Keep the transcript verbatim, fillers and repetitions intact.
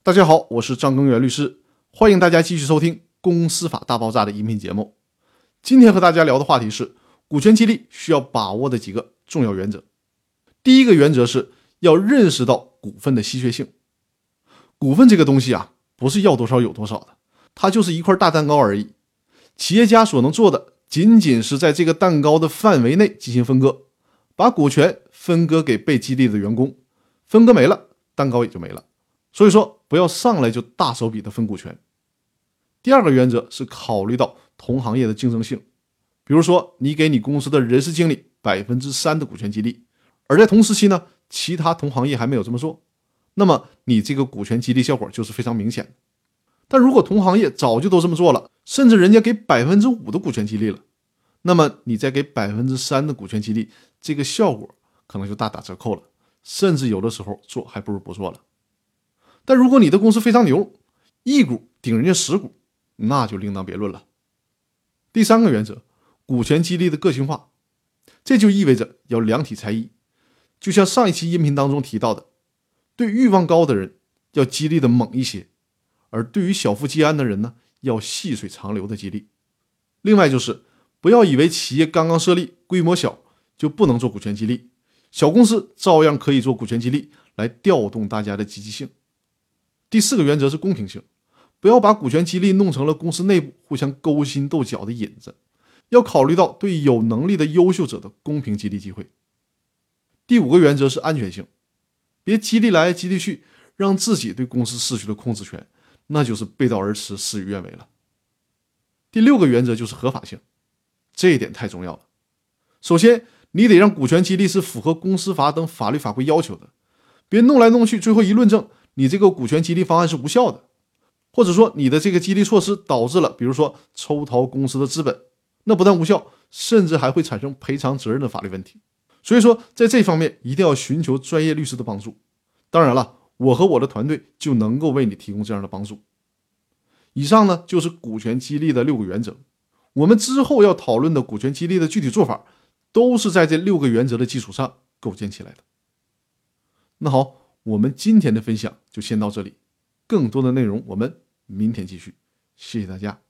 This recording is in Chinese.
大家好，我是张根源律师，欢迎大家继续收听《公司法大爆炸》的音频节目。今天和大家聊的话题是股权激励需要把握的几个重要原则。第一个原则是要认识到股份的稀缺性。股份这个东西啊，不是要多少有多少的，它就是一块大蛋糕而已。企业家所能做的仅仅是在这个蛋糕的范围内进行分割，把股权分割给被激励的员工，分割没了，蛋糕也就没了。所以说不要上来就大手笔的分股权。第二个原则是考虑到同行业的竞争性，比如说你给你公司的人事经理 百分之三 的股权激励，而在同时期呢，其他同行业还没有这么做，那么你这个股权激励效果就是非常明显的。但如果同行业早就都这么做了，甚至人家给 百分之五 的股权激励了，那么你再给 百分之三 的股权激励，这个效果可能就大打折扣了，甚至有的时候做还不如不做了。但如果你的公司非常牛，一股顶人家十股，那就另当别论了。第三个原则，股权激励的个性化，这就意味着要量体裁衣。就像上一期音频当中提到的，对欲望高的人要激励的猛一些，而对于小富即安的人呢，要细水长流的激励。另外就是不要以为企业刚刚设立，规模小就不能做股权激励，小公司照样可以做股权激励来调动大家的积极性。第四个原则是公平性，不要把股权激励弄成了公司内部互相勾心斗角的引子，要考虑到对有能力的优秀者的公平激励机会。第五个原则是安全性，别激励来激励去，让自己对公司失去了控制权，那就是背道而驰，事与愿违了。第六个原则就是合法性，这一点太重要了。首先，你得让股权激励是符合公司法等法律法规要求的，别弄来弄去，最后一论证你这个股权激励方案是无效的，或者说你的这个激励措施导致了比如说抽逃公司的资本，那不但无效，甚至还会产生赔偿责任的法律问题。所以说在这方面一定要寻求专业律师的帮助，当然了，我和我的团队就能够为你提供这样的帮助。以上呢就是股权激励的六个原则，我们之后要讨论的股权激励的具体做法都是在这六个原则的基础上构建起来的。那好，我们今天的分享就先到这里，更多的内容我们明天继续，谢谢大家。